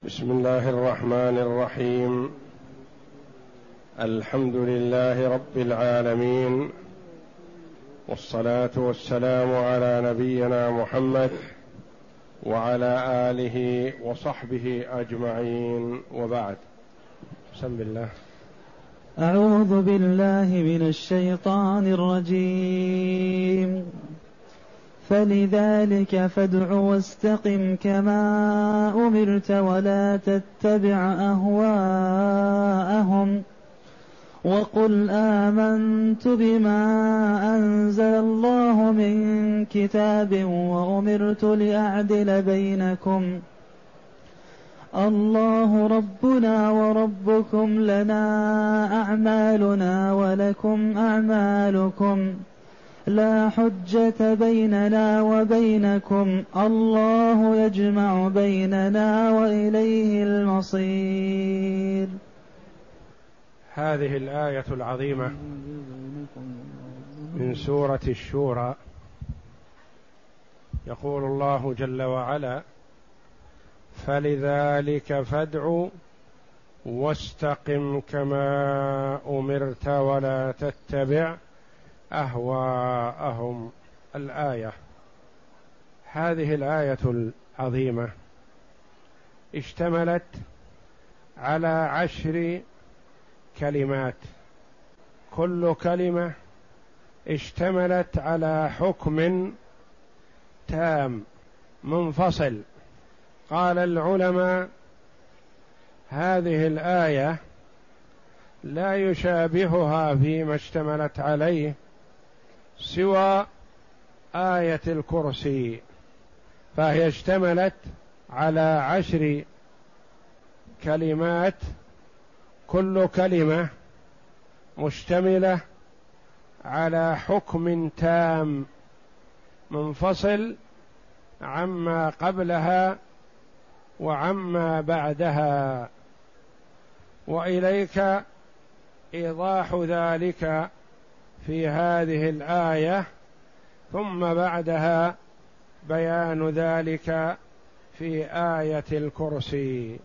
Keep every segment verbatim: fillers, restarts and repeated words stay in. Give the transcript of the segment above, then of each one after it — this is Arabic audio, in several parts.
بسم الله الرحمن الرحيم. الحمد لله رب العالمين، والصلاة والسلام على نبينا محمد وعلى آله وصحبه أجمعين، وبعد. بسم الله. أعوذ بالله من الشيطان الرجيم. فلذلك فادع واستقم كما أمرت ولا تتبع أهواءهم وقل آمنت بما أنزل الله من كتاب وأمرت لأعدل بينكم الله ربنا وربكم لنا أعمالنا ولكم أعمالكم لا حجة بيننا وبينكم الله يجمع بيننا وإليه المصير. هذه الآية العظيمة من سورة الشورى يقول الله جل وعلا: فلذلك فادع واستقم كما أمرت ولا تتبع أهواءهم. الآية هذه الآية العظيمة اشتملت على عشر كلمات، كل كلمة اشتملت على حكم تام منفصل. قال العلماء: هذه الآية لا يشابهها فيما اشتملت عليه سوى آية الكرسي، فهي اشتملت على عشر كلمات، كل كلمة مشتملة على حكم تام منفصل عما قبلها وعما بعدها، وإليك إيضاح ذلك في هذه الآية، ثم بعدها بيان ذلك في آية الكرسي.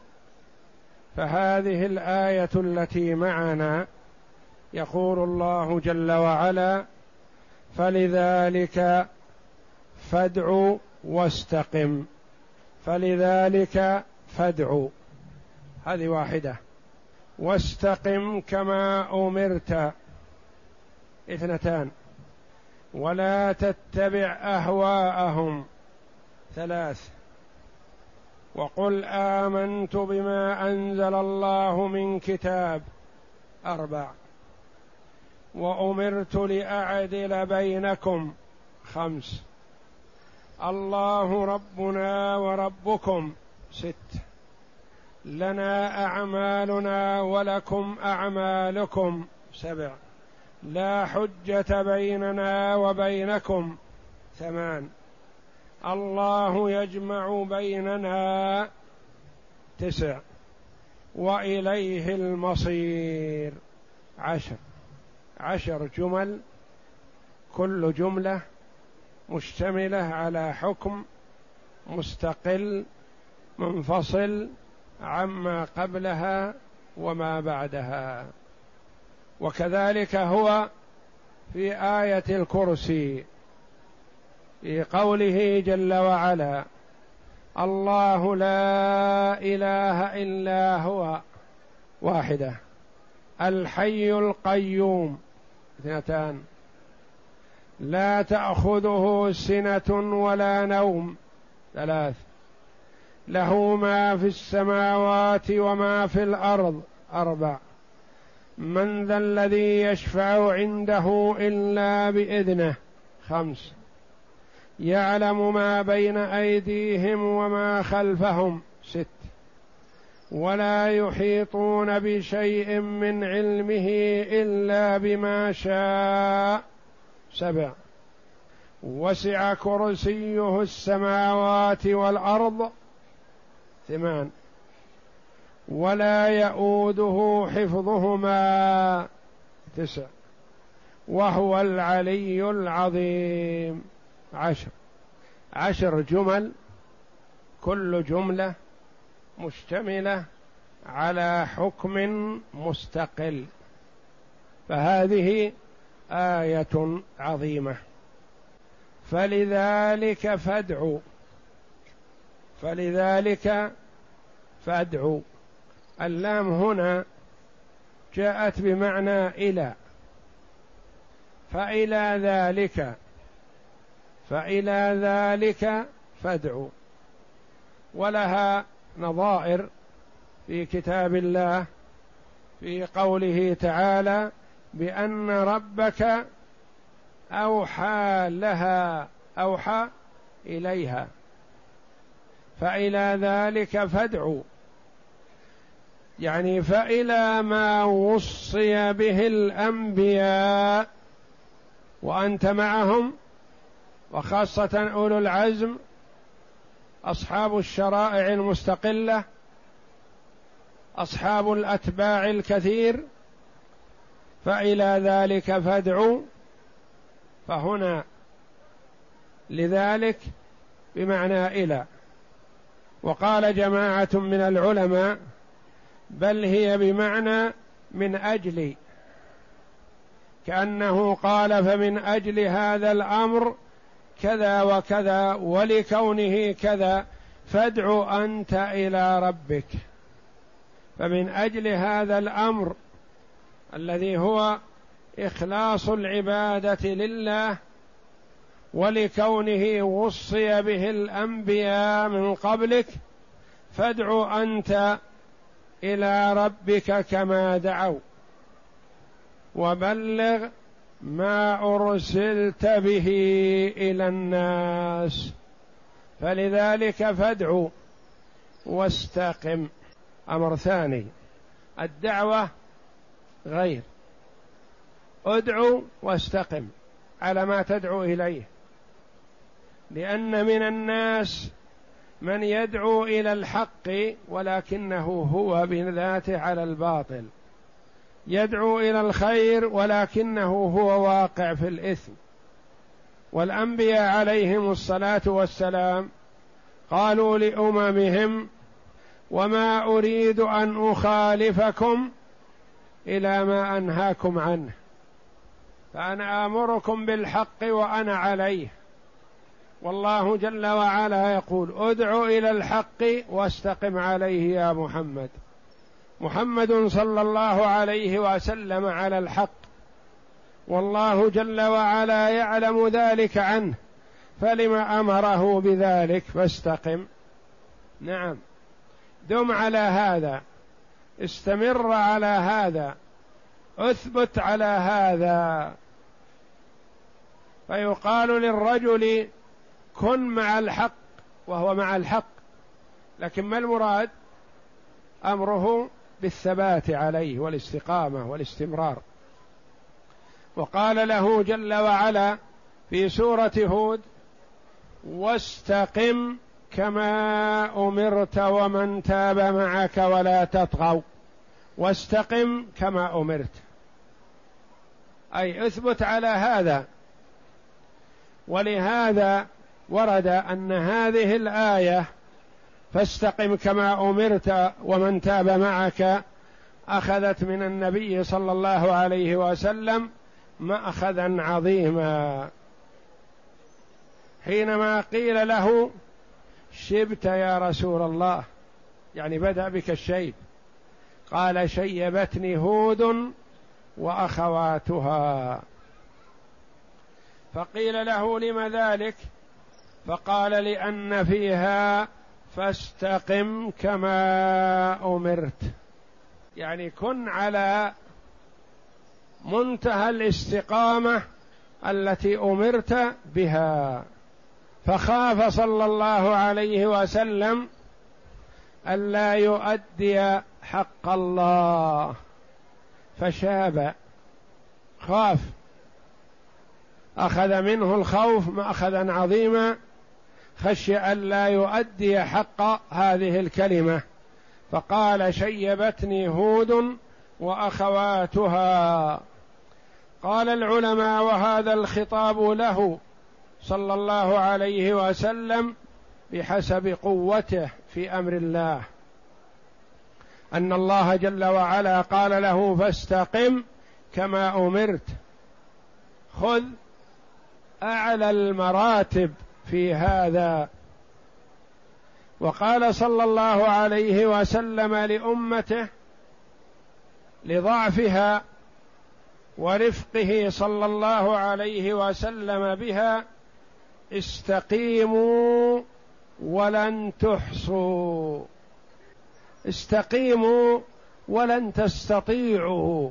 فهذه الآية التي معنا يقول الله جل وعلا: فلذلك فادع واستقم. فلذلك فادع، هذه واحدة. واستقم كما أمرت، اثنتان. ولا تتبع أهواءهم، ثلاث. وقل آمنت بما أنزل الله من كتاب، أربع. وأمرت لأعدل بينكم، خمس. الله ربنا وربكم، ست. لنا أعمالنا ولكم أعمالكم، سبع. لا حجة بيننا وبينكم، ثمان. الله يجمع بيننا، تسع. وإليه المصير، عشر. عشر جمل، كل جملة مشتملة على حكم مستقل منفصل عما قبلها وما بعدها. وكذلك هو في آية الكرسي في قوله جل وعلا: الله لا إله إلا هو، واحدة. الحي القيوم، اثنتان. لا تأخذه سنة ولا نوم، ثلاث. له ما في السماوات وما في الأرض، أربع. من ذا الذي يشفع عنده إلا بإذنه، خمس. يعلم ما بين أيديهم وما خلفهم، ست. ولا يحيطون بشيء من علمه إلا بما شاء، سبع. وسع كرسيه السماوات والأرض، ثمان. ولا يؤوده حفظهما، تسع. وهو العلي العظيم، عشر. عشر جمل، كل جملة مشتملة على حكم مستقل، فهذه آية عظيمة. فلذلك فادعوا، فلذلك فادعوا. اللام هنا جاءت بمعنى إلى، فإلى ذلك، فإلى ذلك فادعوا، ولها نظائر في كتاب الله في قوله تعالى بأن ربك أوحى لها، أوحى إليها، فإلى ذلك فادعوا، يعني فإلى ما وصي به الأنبياء وأنت معهم، وخاصة أولو العزم أصحاب الشرائع المستقلة أصحاب الأتباع الكثير، فإلى ذلك فادعوا. فهنا لذلك بمعنى إلى. وقال جماعة من العلماء بل هي بمعنى من أجل، كأنه قال فمن أجل هذا الأمر كذا وكذا ولكونه كذا فادع أنت إلى ربك. فمن أجل هذا الأمر الذي هو إخلاص العبادة لله، ولكونه وصي به الأنبياء من قبلك، فادع أنت إلى ربك كما دعوا، وبلغ ما أرسلت به إلى الناس. فلذلك فادع واستقم. أمر ثاني، الدعوة غير، ادعو واستقم على ما تدعو إليه، لأن من الناس من يدعو إلى الحق ولكنه هو بذاته على الباطل، يدعو إلى الخير ولكنه هو واقع في الإثم. والأنبياء عليهم الصلاة والسلام قالوا لأممهم وما أريد أن أخالفكم إلى ما أنهاكم عنه، فأنا آمركم بالحق وأنا عليه. والله جل وعلا يقول ادع إلى الحق واستقم عليه يا محمد. محمد صلى الله عليه وسلم على الحق، والله جل وعلا يعلم ذلك عنه، فلما أمره بذلك؟ فاستقم. نعم، دم على هذا، استمر على هذا، اثبت على هذا. فيقال للرجل كن مع الحق وهو مع الحق، لكن ما المراد؟ أمره بالثبات عليه والاستقامة والاستمرار. وقال له جل وعلا في سورة هود واستقم كما أمرت ومن تاب معك ولا تطغوا. واستقم كما أمرت، أي اثبت على هذا. ولهذا ورد أن هذه الآية فاستقم كما أمرت ومن تاب معك أخذت من النبي صلى الله عليه وسلم مأخذا عظيما، حينما قيل له شبت يا رسول الله، يعني بدأ بك الشيب، قال شيبتني هود وأخواتها. فقيل له لم ذلك؟ فقال لأن فيها فاستقم كما أمرت، يعني كن على منتهى الاستقامة التي أمرت بها. فخاف صلى الله عليه وسلم ألا يؤدي حق الله فشاب، خاف، أخذ منه الخوف مأخذا عظيما، خشي ألا يؤدي حق هذه الكلمة، فقال شيبتني هود وأخواتها. قال العلماء وهذا الخطاب له صلى الله عليه وسلم بحسب قوته في أمر الله، أن الله جل وعلا قال له فاستقم كما أمرت، خذ أعلى المراتب في هذا. وقال صلى الله عليه وسلم لأمته لضعفها ورفقه صلى الله عليه وسلم بها: استقيموا ولن تحصوا، استقيموا ولن تستطيعوا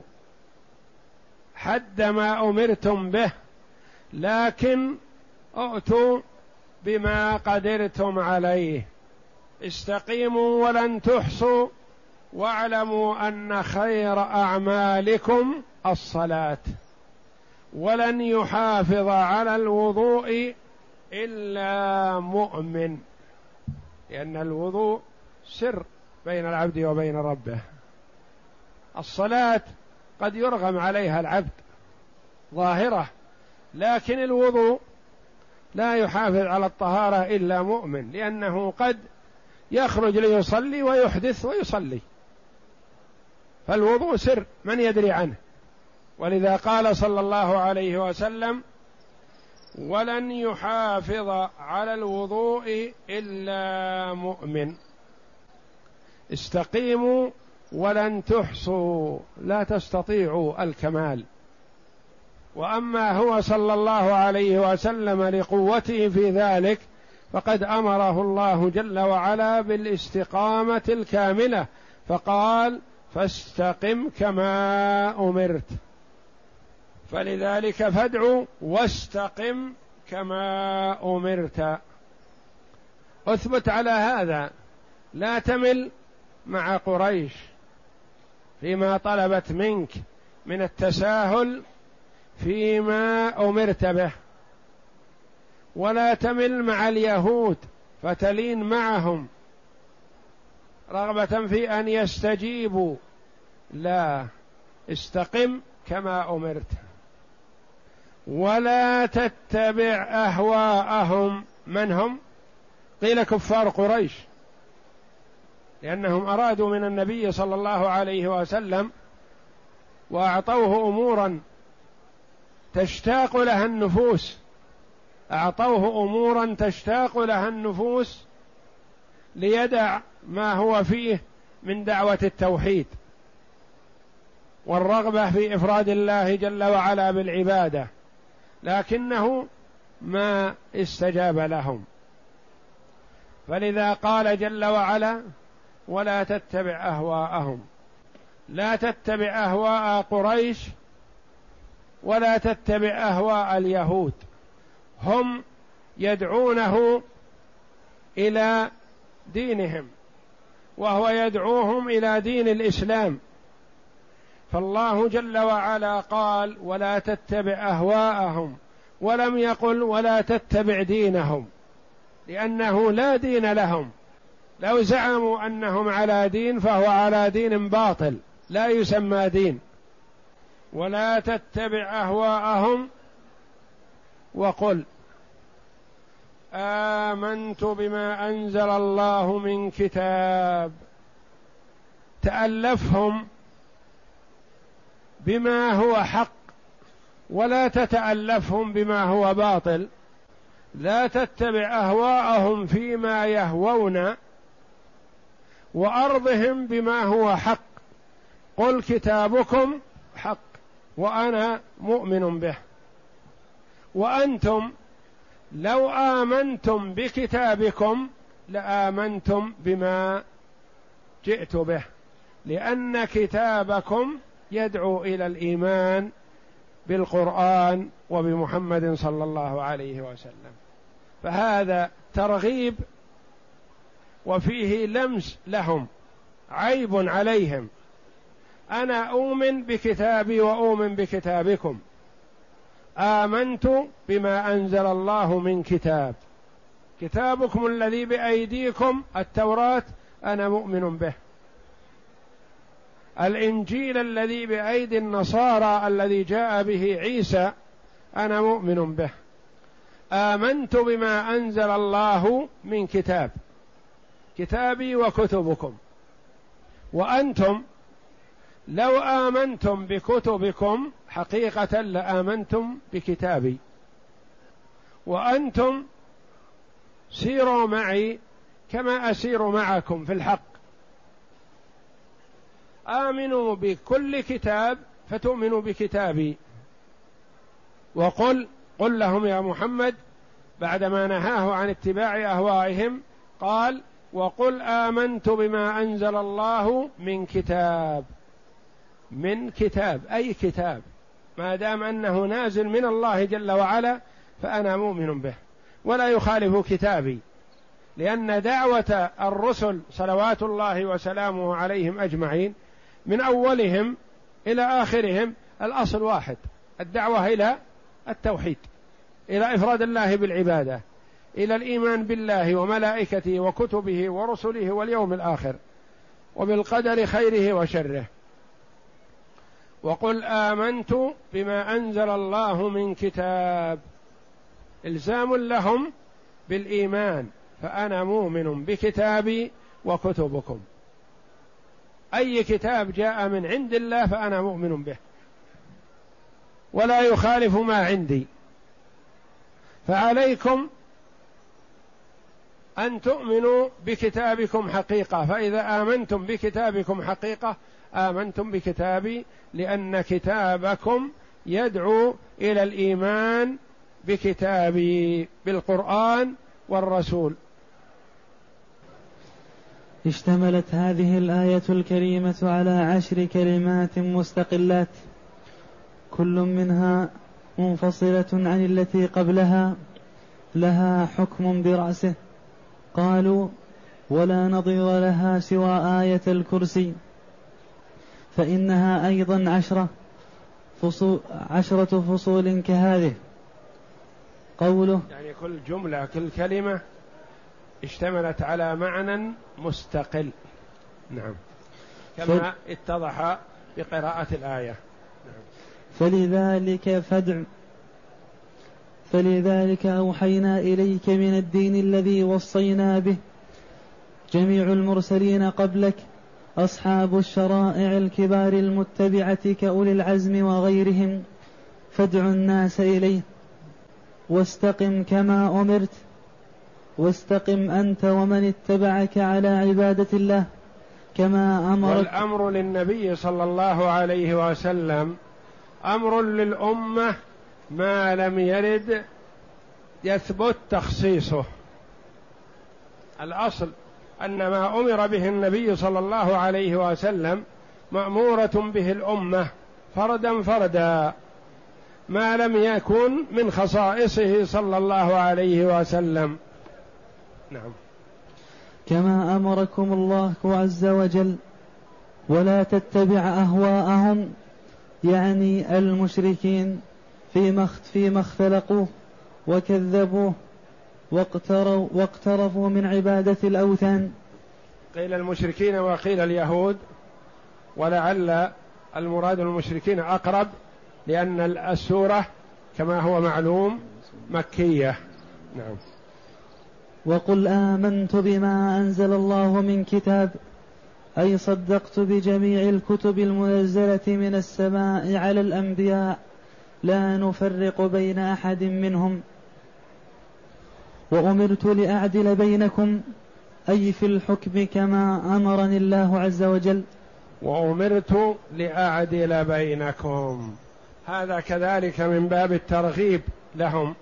حد ما أمرتم به، لكن ائتوا بما قدرتم عليه. استقيموا ولن تحصوا، واعلموا أن خير أعمالكم الصلاة، ولن يحافظ على الوضوء إلا مؤمن، لأن الوضوء سر بين العبد وبين ربه. الصلاة قد يرغم عليها العبد ظاهرة، لكن الوضوء لا يحافظ على الطهارة إلا مؤمن، لأنه قد يخرج ليصلي ويحدث ويصلي، فالوضوء سر من يدري عنه. ولذا قال صلى الله عليه وسلم: ولن يحافظ على الوضوء إلا مؤمن. استقيموا ولن تحصوا، لا تستطيعوا الكمال. وأما هو صلى الله عليه وسلم لقوته في ذلك فقد أمره الله جل وعلا بالاستقامة الكاملة، فقال: فاستقم كما أمرت. فلذلك فادع واستقم كما أمرت. اثبت على هذا، لا تمل مع قريش فيما طلبت منك من التساهل فيما أمرت به، ولا تمل مع اليهود فتلين معهم رغبة في أن يستجيبوا، لا، استقم كما أمرت. ولا تتبع أهواءهم. من هم؟ قيل كفار قريش، لأنهم أرادوا من النبي صلى الله عليه وسلم وأعطوه أمورا تشتاق لها النفوس، أعطوه أمورا تشتاق لها النفوس ليدع ما هو فيه من دعوة التوحيد والرغبة في إفراد الله جل وعلا بالعبادة، لكنه ما استجاب لهم. فلذا قال جل وعلا: ولا تتبع أهواءهم. لا تتبع أهواء قريش ولا تتبع أهواء اليهود، هم يدعونه إلى دينهم وهو يدعوهم إلى دين الإسلام. فالله جل وعلا قال: ولا تتبع أهواءهم، ولم يقل ولا تتبع دينهم، لأنه لا دين لهم. لو زعموا أنهم على دين فهو على دين باطل لا يسمى دين. ولا تتبع أهواءهم وقل آمنت بما أنزل الله من كتاب. تألفهم بما هو حق ولا تتألفهم بما هو باطل. لا تتبع أهواءهم فيما يهوون وأرضهم بما هو حق. قل كتابكم حق وأنا مؤمن به، وأنتم لو آمنتم بكتابكم لآمنتم بما جئت به، لأن كتابكم يدعو إلى الإيمان بالقرآن وبمحمد صلى الله عليه وسلم. فهذا ترغيب وفيه لمس لهم، عيب عليهم. أنا أؤمن بكتابي وأؤمن بكتابكم. آمنت بما أنزل الله من كتاب. كتابكم الذي بأيديكم التوراة أنا مؤمن به. الإنجيل الذي بأيدي النصارى الذي جاء به عيسى أنا مؤمن به. آمنت بما أنزل الله من كتاب، كتابي وكتبكم. وأنتم لو آمنتم بكتبكم حقيقة لآمنتم بكتابي، وأنتم سيروا معي كما أسير معكم في الحق، آمنوا بكل كتاب فتؤمنوا بكتابي. وقل قل لهم يا محمد بعدما نهاه عن اتباع أهوائهم قال وقل آمنت بما أنزل الله من كتاب. من كتاب أي كتاب، ما دام أنه نازل من الله جل وعلا فأنا مؤمن به ولا يخالف كتابي، لأن دعوة الرسل صلوات الله وسلامه عليهم أجمعين من أولهم إلى آخرهم الأصل واحد، الدعوة إلى التوحيد، إلى إفراد الله بالعبادة، إلى الإيمان بالله وملائكته وكتبه ورسله واليوم الآخر وبالقدر خيره وشره. وقل آمنت بما أنزل الله من كتاب، إلزام لهم بالإيمان، فأنا مؤمن بكتابي وكتبكم، أي كتاب جاء من عند الله فأنا مؤمن به ولا يخالف ما عندي. فعليكم أن تؤمنوا بكتابكم حقيقة، فإذا آمنتم بكتابكم حقيقة آمنتم بكتابي، لأن كتابكم يدعو إلى الإيمان بكتابي بالقرآن والرسول. اشتملت هذه الآية الكريمة على عشر كلمات مستقلات كل منها منفصلة عن التي قبلها، لها حكم برأسه. قالوا ولا نظير لها سوى آية الكرسي، فإنها أيضا عشرة فصول عشرة فصول كهذه. قوله يعني كل جملة كل كلمة اشتملت على معنى مستقل. نعم كما ف... اتضح بقراءة الآية. نعم. فلذلك فادع فلذلك أوحينا إليك من الدين الذي وصينا به جميع المرسلين قبلك أصحاب الشرائع الكبار المتبعة كأولي العزم وغيرهم، فادع الناس إليه واستقم كما أمرت، واستقم أنت ومن اتبعك على عبادة الله كما أمرك. والأمر للنبي صلى الله عليه وسلم أمر للأمة ما لم يرد يثبت تخصيصه. الأصل أن ما أمر به النبي صلى الله عليه وسلم مأمورة به الأمة فردا فردا ما لم يكن من خصائصه صلى الله عليه وسلم. نعم. كما أمركم الله عز وجل ولا تتبع أهواءهم، يعني المشركين فيما فيما اختلقوه وكذبوه واقتروا واقترفوا من عبادة الأوثان. قيل المشركين وقيل اليهود، ولعل المراد المشركين أقرب لأن السورة كما هو معلوم مكية. نعم. وقل آمنت بما أنزل الله من كتاب، أي صدقت بجميع الكتب المنزلة من السماء على الأنبياء لا نفرق بين أحد منهم. وأمرت لأعدل بينكم، أي في الحكم كما أمرني الله عز وجل. وأمرت لأعدل بينكم، هذا كذلك من باب الترغيب لهم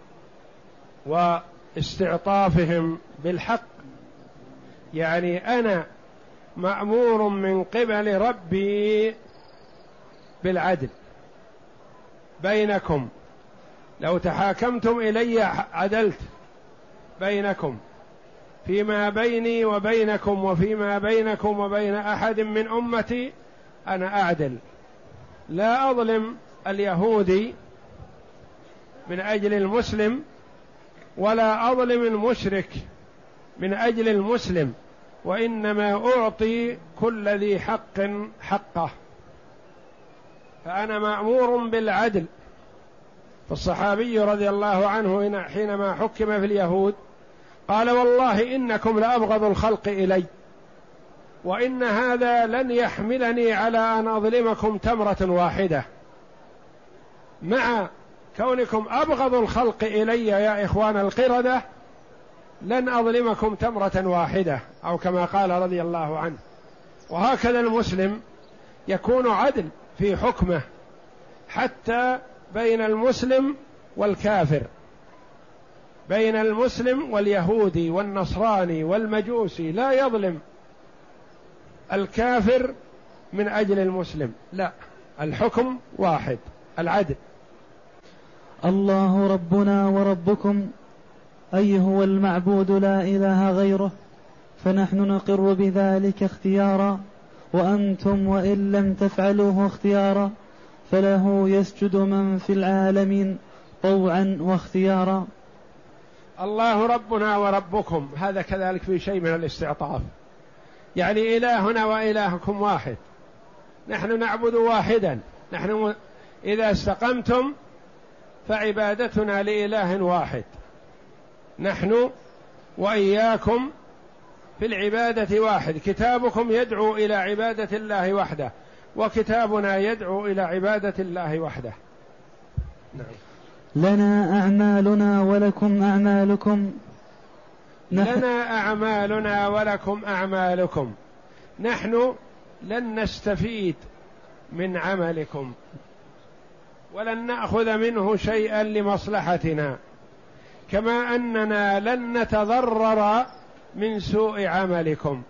واستعطافهم بالحق، يعني أنا مأمور من قبل ربي بالعدل بينكم، لو تحاكمتم إلي عدلت بينكم فيما بيني وبينكم وفيما بينكم وبين أحد من أمتي أنا أعدل، لا أظلم اليهودي من أجل المسلم ولا أظلم المشرك من أجل المسلم، وإنما أعطي كل ذي حق حقه، فأنا مأمور بالعدل. فالصحابي رضي الله عنه حينما حكم في اليهود قال والله إنكم لأبغض الخلق إلي، وإن هذا لن يحملني على أن أظلمكم تمرة واحدة، مع كونكم أبغض الخلق إلي يا إخوان القردة لن أظلمكم تمرة واحدة، أو كما قال رضي الله عنه. وهكذا المسلم يكون عدل في حكمه حتى بين المسلم والكافر، بين المسلم واليهودي والنصراني والمجوسي، لا يظلم الكافر من أجل المسلم، لا، الحكم واحد، العدل. الله ربنا وربكم أي هو المعبود لا إله غيره، فنحن نقر بذلك اختيارا، وأنتم وإن لم تفعلوه اختيارا فله يسجد من في العالمين طوعا واختيارا. الله ربنا وربكم، هذا كذلك في شيء من الاستعطاف، يعني إلهنا وإلهكم واحد، نحن نعبد واحدا، نحن إذا استقمتم فعبادتنا لإله واحد، نحن وإياكم في العبادة واحد، كتابكم يدعو إلى عبادة الله وحده، وكتابنا يدعو إلى عبادة الله وحده. نعم. لنا أعمالنا ولكم أعمالكم. لنا أعمالنا ولكم أعمالكم، نحن لن نستفيد من عملكم ولن نأخذ منه شيئا لمصلحتنا، كما أننا لن نتضرر من سوء عملكم،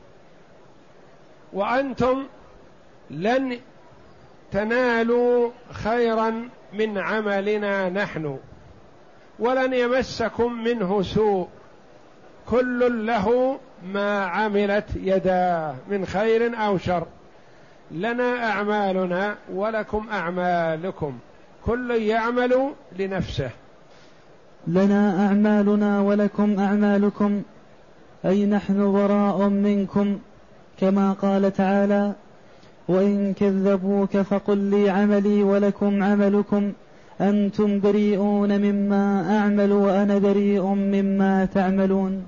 وأنتم لن تنالوا خيرا من عملنا نحن، ولن يمسكم منه سوء، كل له ما عملت يداه من خير أو شر. لنا أعمالنا ولكم أعمالكم، كل يعمل لنفسه. لنا أعمالنا ولكم أعمالكم، أي نحن براء منكم، كما قال تعالى: وإن كذبوك فقل لي عملي ولكم عملكم أنتم بريئون مما أعمل وأنا بريء مما تعملون.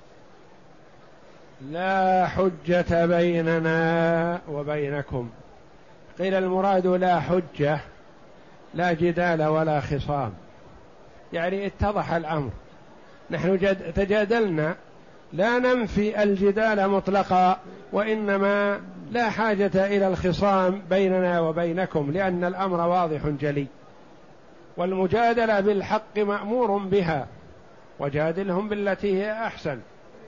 لا حجة بيننا وبينكم، قيل المراد لا حجة، لا جدال ولا خصام، يعني اتضح الأمر، نحن جد تجادلنا، لا ننفي الجدال مطلقا، وإنما لا حاجة إلى الخصام بيننا وبينكم، لأن الأمر واضح جلي، والمجادلة بالحق مأمور بها، وجادلهم بالتي هي أحسن،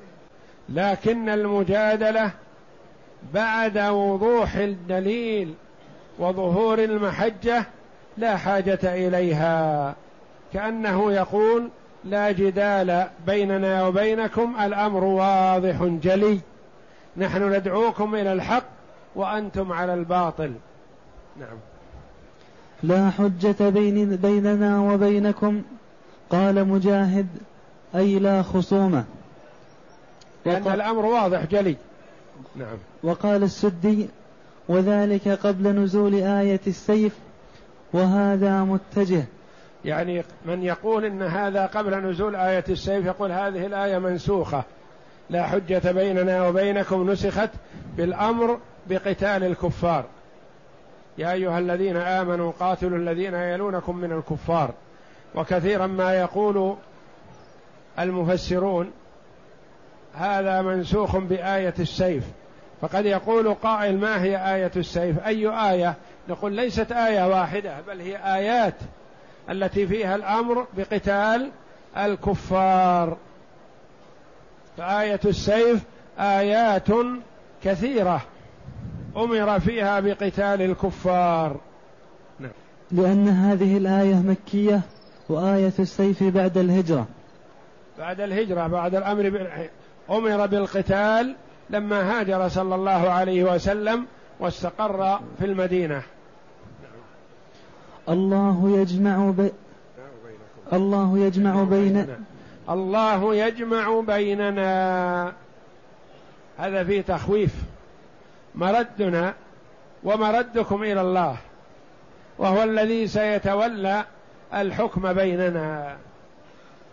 لكن المجادلة بعد وضوح الدليل وظهور المحجة لا حاجة إليها، كأنه يقول: لا جدال بيننا وبينكم، الأمر واضح جلي، نحن ندعوكم إلى الحق وأنتم على الباطل. نعم. لا حجة بين بيننا وبينكم، قال مجاهد: أي لا خصومة، لأن الأمر واضح جلي. نعم. وقال السدي: وذلك قبل نزول آية السيف، وهذا متجه. يعني من يقول إن هذا قبل نزول آية السيف يقول هذه الآية منسوخة، لا حجة بيننا وبينكم نسخت بالأمر بقتال الكفار، يا أيها الذين آمنوا قاتلوا الذين يلونكم من الكفار. وكثيرا ما يقول المفسرون هذا منسوخ بآية السيف، فقد يقول قائل: ما هي آية السيف؟ أي آية؟ نقول ليست آية واحدة، بل هي آيات التي فيها الأمر بقتال الكفار، فآية السيف آيات كثيرة أمر فيها بقتال الكفار. نعم. لأن هذه الآية مكية، وآية السيف بعد الهجرة، بعد الهجرة بعد الأمر ب... أمر بالقتال لما هاجر صلى الله عليه وسلم واستقر في المدينة. الله يجمع بي... الله يجمع بين الله يجمع بيننا، هذا فيه تخويف، مردنا ومردكم إلى الله، وهو الذي سيتولى الحكم بيننا،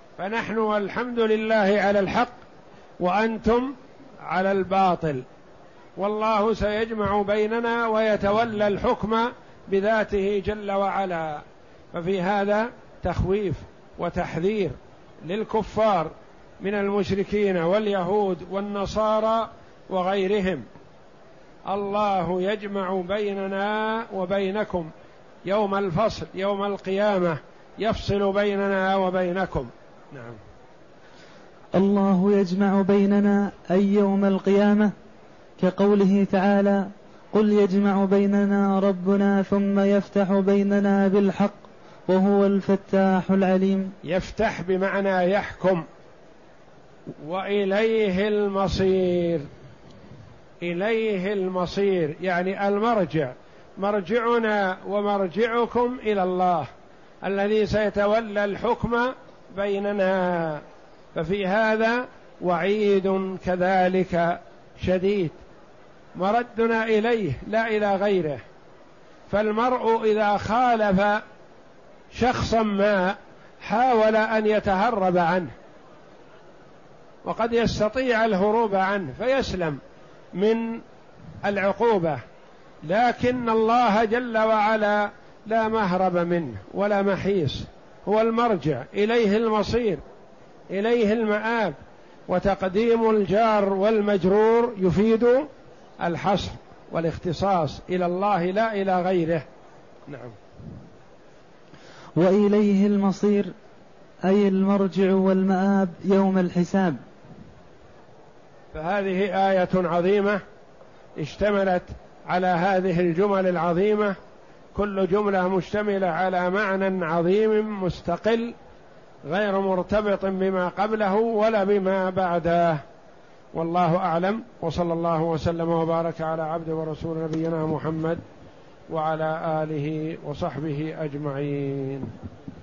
فنحن والحمد لله على الحق وأنتم على الباطل، والله سيجمع بيننا ويتولى الحكم بذاته جل وعلا. ففي هذا تخويف وتحذير للكفار من المشركين واليهود والنصارى وغيرهم. الله يجمع بيننا وبينكم يوم الفصل، يوم القيامة يفصل بيننا وبينكم. نعم. الله يجمع بيننا أي يوم القيامة، كقوله تعالى: قل يجمع بيننا ربنا ثم يفتح بيننا بالحق وهو الفتاح العليم. يفتح بمعنى يحكم، وإليه المصير. إليه المصير يعني المرجع، مرجعنا ومرجعكم إلى الله الذي سيتولى الحكم بيننا. ففي هذا وعيد كذلك شديد، مردنا إليه لا إلى غيره. فالمرء إذا خالف شخصا ما حاول أن يتهرب عنه، وقد يستطيع الهروب عنه فيسلم من العقوبة، لكن الله جل وعلا لا مهرب منه ولا محيص، هو المرجع، إليه المصير، إليه المآب. وتقديم الجار والمجرور يفيد الحصر والاختصاص، إلى الله لا إلى غيره. نعم. وإليه المصير أي المرجع والمآب يوم الحساب. فهذه آية عظيمة اشتملت على هذه الجمل العظيمة، كل جملة مشتملة على معنى عظيم مستقل غير مرتبط بما قبله ولا بما بعده. والله أعلم، وصلى الله وسلم وبارك على عبد ورسول نبينا محمد وعلى آله وصحبه أجمعين.